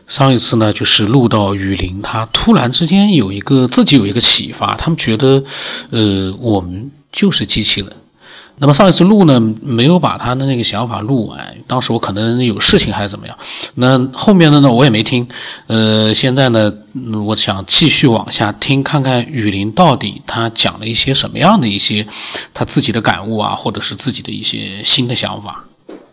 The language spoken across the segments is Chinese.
上一次呢，就是录到雨林，他突然之间自己有一个启发，他们觉得，我们就是机器人。那么上一次录呢，没有把他的那个想法录完，当时我可能有事情还是怎么样。那后面的呢，我也没听。现在呢，我想继续往下听，看看雨林到底他讲了一些什么样的一些他自己的感悟啊，或者是自己的一些新的想法。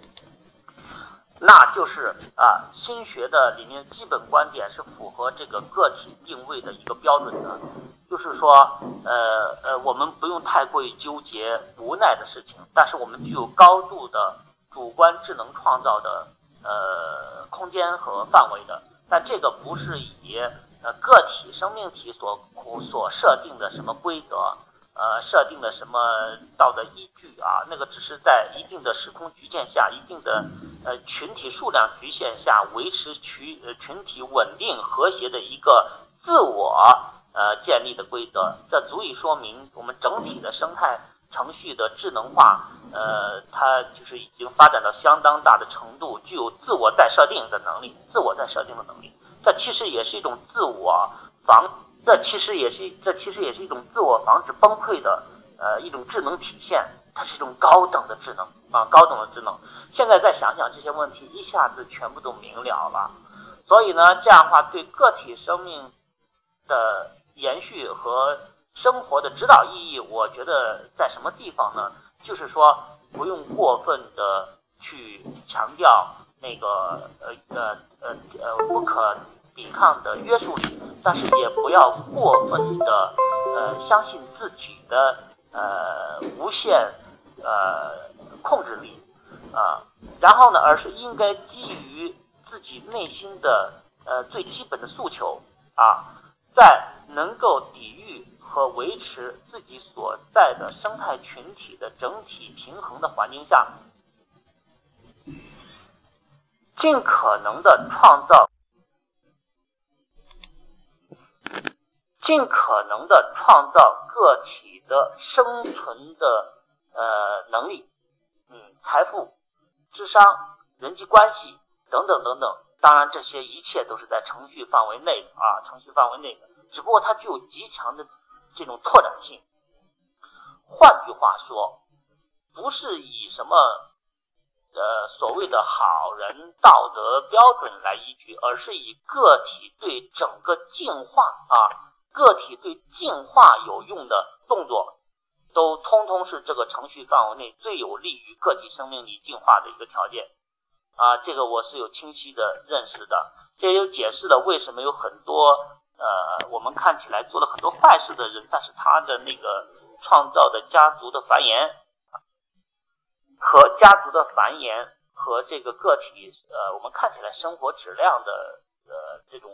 那就是心学的里面基本观点是符合这个个体定位的一个标准的，就是说我们不用太过于纠结无奈的事情，但是我们具有高度的主观智能创造的空间和范围的，但这个不是以个体生命体所设定的什么规则设定的什么道德依据啊，那个只是在一定的时空局限下，一定的群体数量局限下维持群体稳定和谐的一个自我建立的规则，这足以说明我们整体的生态程序的智能化它就是已经发展到相当大的程度，具有自我再设定的能力，这其实也是一种这其实也是一种自我防止崩溃的一种智能体现，它是一种高等的智能。现在再想想这些问题，一下子全部都明了了。所以呢，这样的话对个体生命的延续和生活的指导意义，我觉得在什么地方呢？就是说不用过分的去强调那个不可抵抗的约束力，但是也不要过分的相信自己的无限控制力然后呢，而是应该基于自己内心的最基本的诉求在能够抵御和维持自己所在的生态群体的整体平衡的环境下，尽可能的创造个体的生存的能力，财富、智商、人际关系等等等等。当然，这些一切都是在程序范围内的只不过它具有极强的这种拓展性。换句话说，不是以什么所谓的好人道德标准来依据，而是以个体对整个进化有用的动作，都通通是这个程序范围内最有利于个体生命力进化的一个条件这个我是有清晰的认识的。这也解释了为什么有很多我们看起来做了很多坏事的人，但是他的那个创造的家族的繁衍和这个个体我们看起来生活质量的这种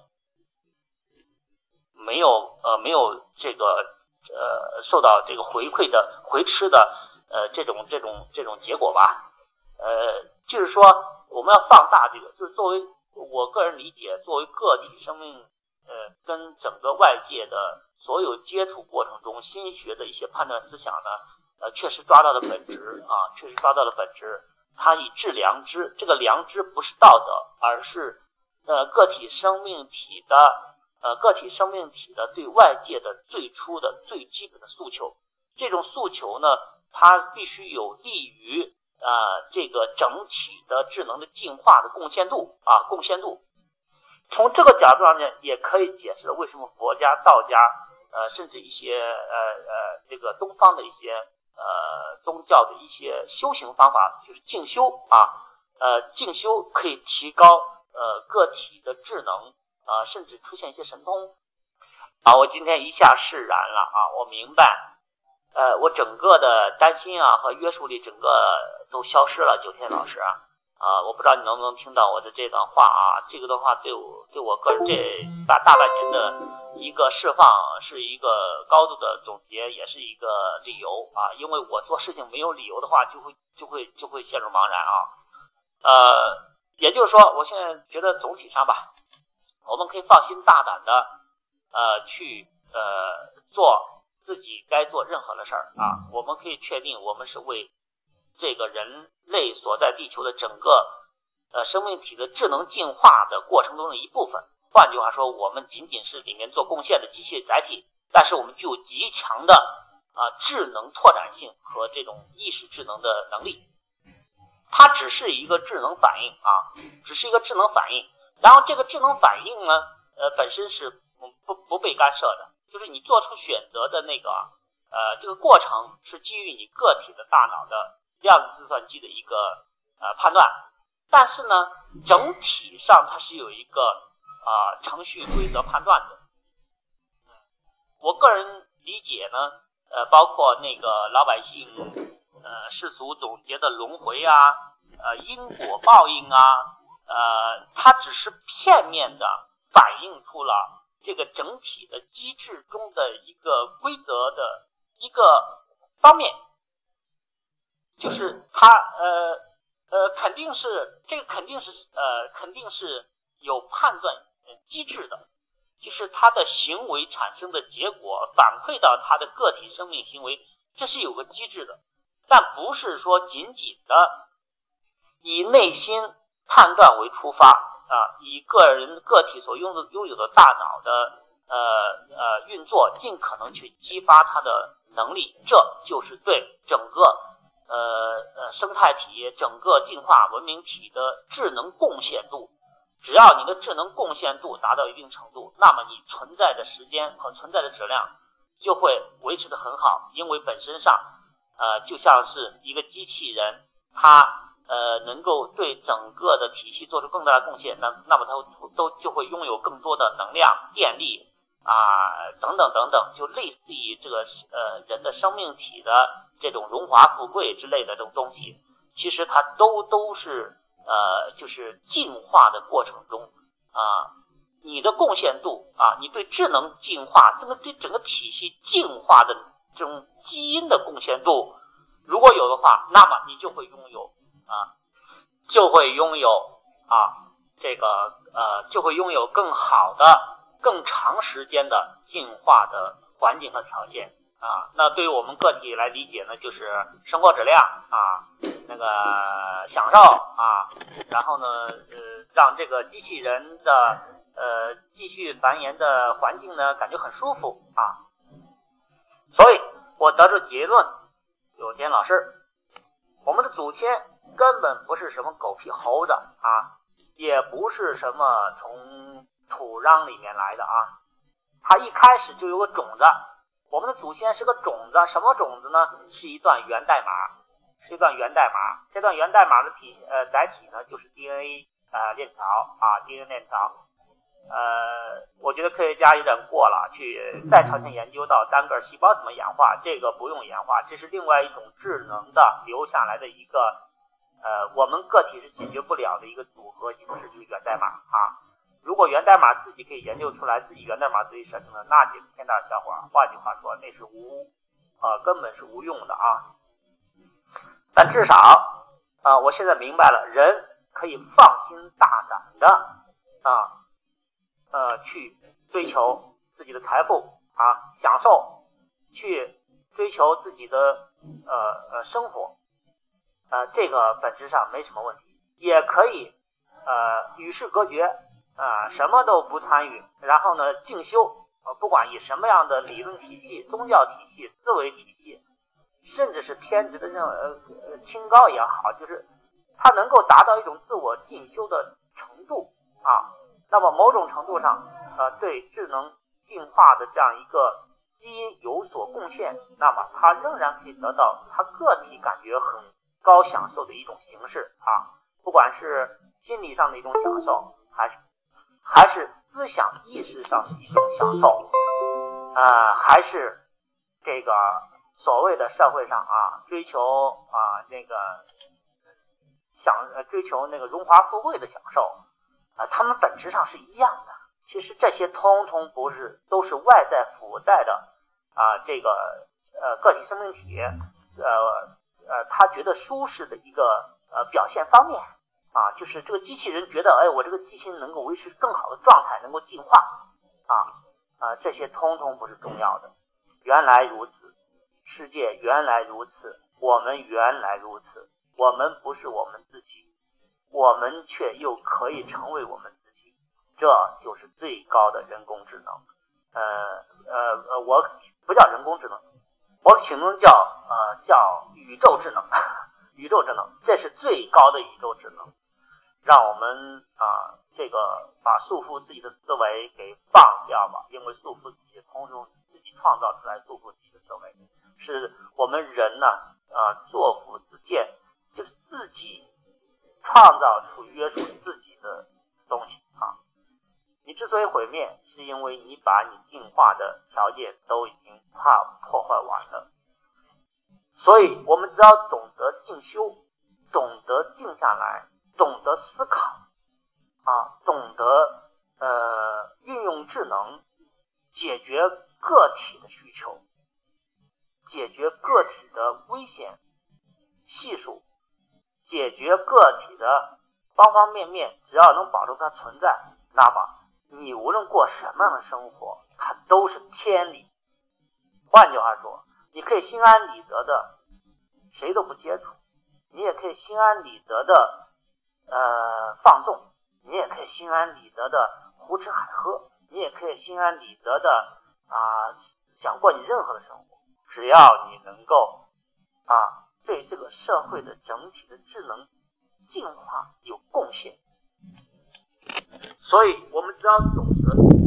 没有这个受到这个回吃的这种结果吧。就是说我们要放大这个，就是作为我个人理解，作为个体生命跟整个外界的所有接触过程中，心学的一些判断思想呢确实抓到了本质它以治良知，这个良知不是道德，而是个体生命体的对外界的最初的最基本的诉求。这种诉求呢，它必须有利于这个整体的智能的进化的贡献度。从这个角度上呢，也可以解释为什么佛家、道家甚至一些这个东方的一些宗教的一些修行方法，就是静修静修可以提高个体的智能甚至出现一些神通我今天一下释然了我明白我整个的担心和约束力整个都消失了。九天老师我不知道你能不能听到我的这段话这个的话对我个人这大半年的一个释放是一个高度的总结，也是一个理由因为我做事情没有理由的话就会陷入茫然也就是说，我现在觉得总体上吧，我们可以放心大胆的去做自己该做任何的事儿我们可以确定我们是为这个人类所在地球的整个生命体的智能进化的过程中的一部分。换句话说，我们仅仅是里面做贡献的机械载体，但是我们具有极强的智能拓展性和这种意识智能的能力。它只是一个智能反应只是一个智能反应。然后这个智能反应呢，本身是不被干涉的，就是你做出选择的那个这个过程是基于你个体的大脑的量子计算机的一个判断，但是呢，整体上它是有一个程序规则判断的。我个人理解呢，包括那个老百姓世俗总结的轮回因果报应它只是片面的反映出了这个整体的机制中的一个规则的一个方面，就是它肯定是有判断机制的，就是它的行为产生的结果反馈到它的个体生命行为，这是有个机制的，但不是说仅仅的以内心判断为出发以个体所拥有的大脑的运作尽可能去激发它的能力，这就是对整个生态体、整个进化文明体的智能贡献度。只要你的智能贡献度达到一定程度，那么你存在的时间和存在的质量就会维持得很好，因为本身上就像是一个机器人，它能够对整个的体系做出更大的贡献，那么它就会拥有更多的能量、电力等等等等，就类似于这个人的生命体的这种荣华富贵之类的这种东西，其实它都是就是进化的过程中你的贡献度你对智能进化对整个体系进化的这种基因的贡献度如果有的话，那么你就会拥有更好的、更长时间的进化的环境和条件那对于我们个体来理解呢，就是生活质量那个享受然后呢让这个机器人的继续繁衍的环境呢感觉很舒服所以我得出结论，有天老师，我们的祖先根本不是什么狗屁猴子也不是什么从土壤里面来的它一开始就有个种子。我们的祖先是个种子，什么种子呢？是一段源代码，这段源代码的载体呢就是 DNA 链条DNA 链条我觉得科学家有点过了，去再朝前研究到单个细胞怎么演化，这个不用演化，这是另外一种智能的留下来的一个我们个体是解决不了的一个组合形式，就是源代码如果源代码自己可以研究出来，自己源代码自己生成的，那就是天大笑话。换句话说，那是根本是无用的但至少我现在明白了，人可以放心大胆的去追求自己的财富享受，去追求自己的生活这个本质上没什么问题，也可以与世隔绝什么都不参与，然后呢静修不管以什么样的理论体系、宗教体系、思维体系，甚至是偏执的这种清高也好，就是它能够达到一种自我进修的程度那么某种程度上对智能进化的这样一个基因有所贡献，那么它仍然可以得到它个体感觉很高享受的一种形式不管是心理上的一种享受，还是思想意识上的一种享受还是这个所谓的社会上追求追求那个荣华富贵的享受他们本质上是一样的。其实这些通通不是，都是外在附带的这个个体生命体他觉得舒适的一个表现方面就是这个机器人觉得我这个机器人能够维持更好的状态，能够进化这些通通不是重要的。原来如此，世界原来如此，我们原来如此，我们不是我们自己， 我们却又可以成为我们自己，这就是最高的人工智能。我不叫人工智能，我形容叫宇宙智能，宇宙智能，这是最高的宇宙智能，让我们这个把束缚自己的思维给放掉吧，因为束缚自己，从中自己创造出来束缚自己的思维，是我们人呢作福自见，就是自己创造出约束自己的东西啊。你之所以毁灭，是因为你把你进化的条件都已经破坏完了。所以我们只要懂得静修，懂得静下来，懂得思考懂得运用智能解决个体的需求，解决个体的危险系数，解决个体的方方面面，只要能保证它存在，那么你无论过什么样的生活，它都是天理。换句话说，你可以心安理得的谁都不接触，你也可以心安理得的放纵，你也可以心安理得的胡吃海喝，你也可以心安理得的想过你任何的生活，只要你能够对这个社会的整体的智能进化有贡献。所以我们只要懂得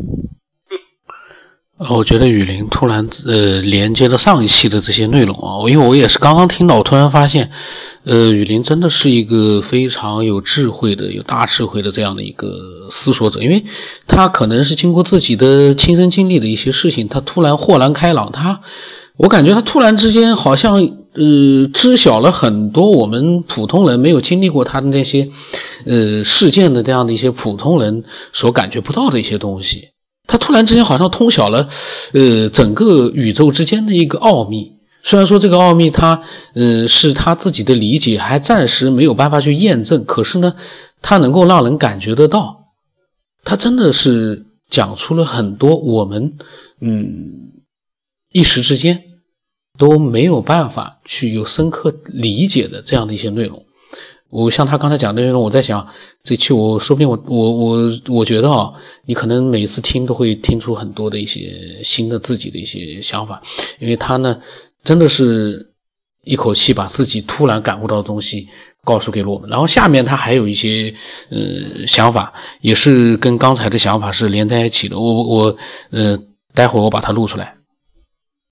我觉得雨林突然连接了上一期的这些内容因为我也是刚刚听到，我突然发现雨林真的是一个非常有智慧的、有大智慧的这样的一个思索者，因为他可能是经过自己的亲身经历的一些事情，他突然豁然开朗，我感觉他突然之间好像知晓了很多我们普通人没有经历过他的那些事件的这样的一些普通人所感觉不到的一些东西。他突然之间好像通晓了整个宇宙之间的一个奥秘，虽然说这个奥秘他是他自己的理解还暂时没有办法去验证，可是呢他能够让人感觉得到，他真的是讲出了很多我们一时之间都没有办法去有深刻理解的这样的一些内容。我像他刚才讲的内容，我在想这期我说不定我觉得你可能每次听都会听出很多的一些新的自己的一些想法，因为他呢真的是一口气把自己突然感悟到的东西告诉给了我们。然后下面他还有一些想法，也是跟刚才的想法是连在一起的，我待会儿我把它录出来。